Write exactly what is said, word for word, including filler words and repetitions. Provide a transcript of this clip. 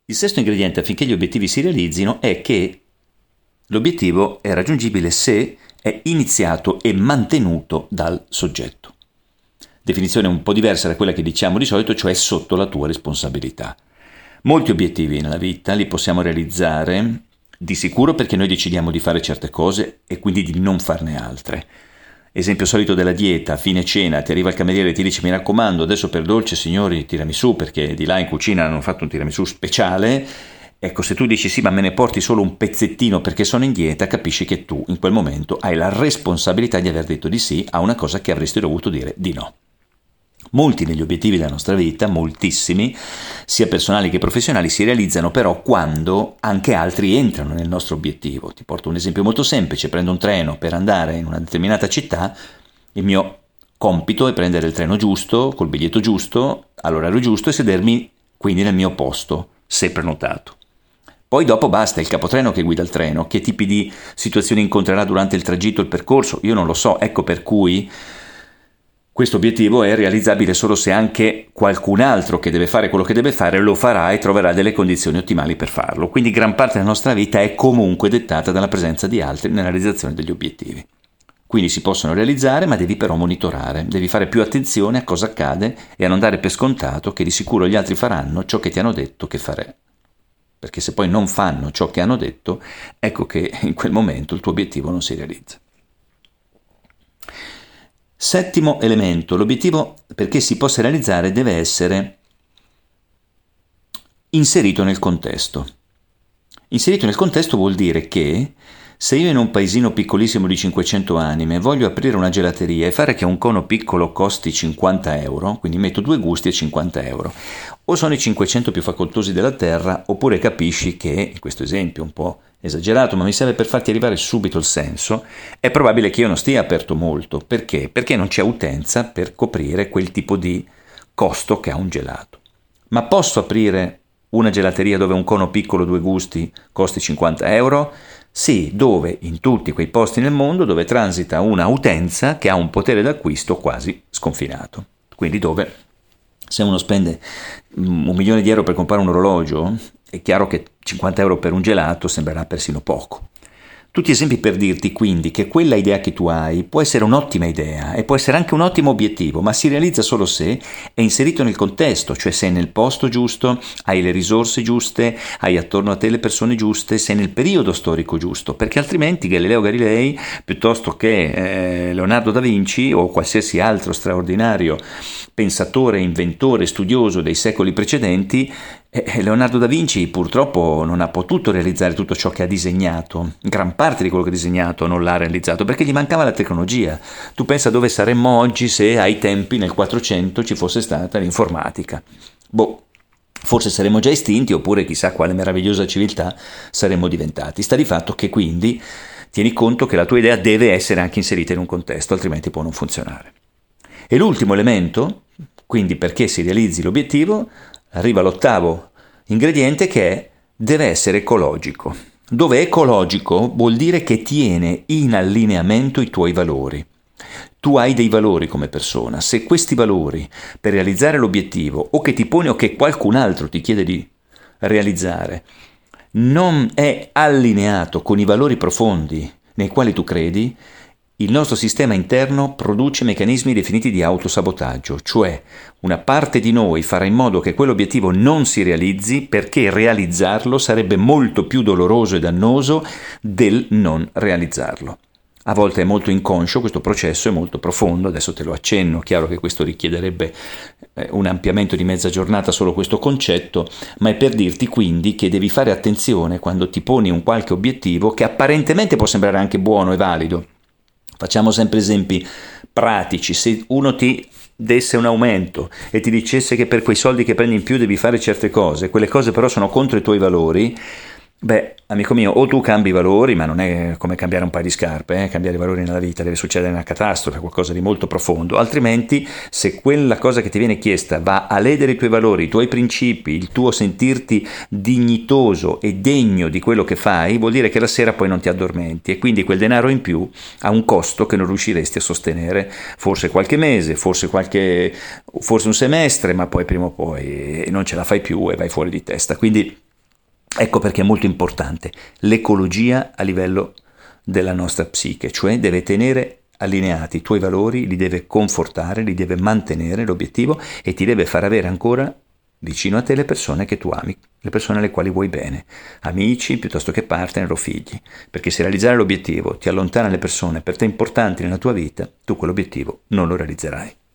Il sesto ingrediente affinché gli obiettivi si realizzino è che l'obiettivo è raggiungibile se è iniziato e mantenuto dal soggetto. Definizione un po' diversa da quella che diciamo di solito, cioè sotto la tua responsabilità. Molti obiettivi nella vita li possiamo realizzare di sicuro perché noi decidiamo di fare certe cose e quindi di non farne altre. Esempio solito della dieta: a fine cena ti arriva il cameriere e ti dice: mi raccomando, adesso per dolce signori tiramisù, perché di là in cucina hanno fatto un tiramisù speciale. Ecco, se tu dici sì ma me ne porti solo un pezzettino perché sono in dieta, capisci che tu in quel momento hai la responsabilità di aver detto di sì a una cosa che avresti dovuto dire di no. Molti degli obiettivi della nostra vita, moltissimi, sia personali che professionali, si realizzano però quando anche altri entrano nel nostro obiettivo. Ti porto un esempio molto semplice: prendo un treno per andare in una determinata città, il mio compito è prendere il treno giusto, col biglietto giusto, all'orario giusto e sedermi quindi nel mio posto, se prenotato. Poi dopo basta, il capotreno che guida il treno, che tipi di situazioni incontrerà durante il tragitto, il percorso, io non lo so, ecco per cui questo obiettivo è realizzabile solo se anche qualcun altro che deve fare quello che deve fare lo farà e troverà delle condizioni ottimali per farlo. Quindi gran parte della nostra vita è comunque dettata dalla presenza di altri nella realizzazione degli obiettivi. Quindi si possono realizzare, ma devi però monitorare, devi fare più attenzione a cosa accade e a non dare per scontato che di sicuro gli altri faranno ciò che ti hanno detto che fare. Perché se poi non fanno ciò che hanno detto, ecco che in quel momento il tuo obiettivo non si realizza. Settimo elemento: l'obiettivo, perché si possa realizzare, deve essere inserito nel contesto. Inserito nel contesto vuol dire che se io in un paesino piccolissimo di cinquecento anime voglio aprire una gelateria e fare che un cono piccolo costi cinquanta euro, quindi metto due gusti a cinquanta euro, o sono i cinquecento più facoltosi della terra, oppure capisci che, in questo esempio un po' esagerato, ma mi serve per farti arrivare subito il senso, è probabile che io non stia aperto molto. Perché? Perché non c'è utenza per coprire quel tipo di costo che ha un gelato. Ma posso aprire una gelateria dove un cono piccolo, due gusti, costi cinquanta euro? Sì, dove? In tutti quei posti nel mondo dove transita una utenza che ha un potere d'acquisto quasi sconfinato. Quindi dove, se uno spende un milione di euro per comprare un orologio, è chiaro che cinquanta euro per un gelato sembrerà persino poco. Tutti esempi per dirti quindi che quella idea che tu hai può essere un'ottima idea e può essere anche un ottimo obiettivo, ma si realizza solo se è inserito nel contesto, cioè sei nel posto giusto, hai le risorse giuste, hai attorno a te le persone giuste, sei nel periodo storico giusto, perché altrimenti Galileo Galilei, piuttosto che eh, Leonardo da Vinci o qualsiasi altro straordinario pensatore, inventore, studioso dei secoli precedenti, Leonardo da Vinci purtroppo non ha potuto realizzare tutto ciò che ha disegnato. Gran parte di quello che ha disegnato non l'ha realizzato perché gli mancava la tecnologia. Tu pensa dove saremmo oggi se ai tempi nel quattrocento ci fosse stata l'informatica. Boh, forse saremmo già estinti, oppure chissà quale meravigliosa civiltà saremmo diventati. Sta di fatto che quindi tieni conto che la tua idea deve essere anche inserita in un contesto, altrimenti può non funzionare. E l'ultimo elemento, quindi perché si realizzi l'obiettivo, arriva l'ottavo ingrediente, che è deve essere ecologico. Dove è ecologico vuol dire che tiene in allineamento i tuoi valori. Tu hai dei valori come persona. Se questi valori, per realizzare l'obiettivo, o che ti poni o che qualcun altro ti chiede di realizzare, non è allineato con i valori profondi nei quali tu credi, il nostro sistema interno produce meccanismi definiti di autosabotaggio, cioè una parte di noi farà in modo che quell'obiettivo non si realizzi perché realizzarlo sarebbe molto più doloroso e dannoso del non realizzarlo. A volte è molto inconscio, questo processo è molto profondo, adesso te lo accenno, chiaro che questo richiederebbe un ampliamento di mezza giornata solo questo concetto, ma è per dirti quindi che devi fare attenzione quando ti poni un qualche obiettivo che apparentemente può sembrare anche buono e valido. Facciamo sempre esempi pratici: se uno ti desse un aumento e ti dicesse che per quei soldi che prendi in più devi fare certe cose, quelle cose però sono contro i tuoi valori, beh, amico mio, o tu cambi i valori, ma non è come cambiare un paio di scarpe, eh? Cambiare i valori nella vita deve succedere una catastrofe, qualcosa di molto profondo, altrimenti se quella cosa che ti viene chiesta va a ledere i tuoi valori, i tuoi principi, il tuo sentirti dignitoso e degno di quello che fai, vuol dire che la sera poi non ti addormenti e quindi quel denaro in più ha un costo che non riusciresti a sostenere, forse qualche mese, forse qualche forse un semestre, ma poi prima o poi non ce la fai più e vai fuori di testa. Quindi Ecco perché è molto importante l'ecologia a livello della nostra psiche, cioè deve tenere allineati i tuoi valori, li deve confortare, li deve mantenere l'obiettivo e ti deve far avere ancora vicino a te le persone che tu ami, le persone alle quali vuoi bene, amici piuttosto che partner o figli, perché se realizzare l'obiettivo ti allontana le persone per te importanti nella tua vita, tu quell'obiettivo non lo realizzerai.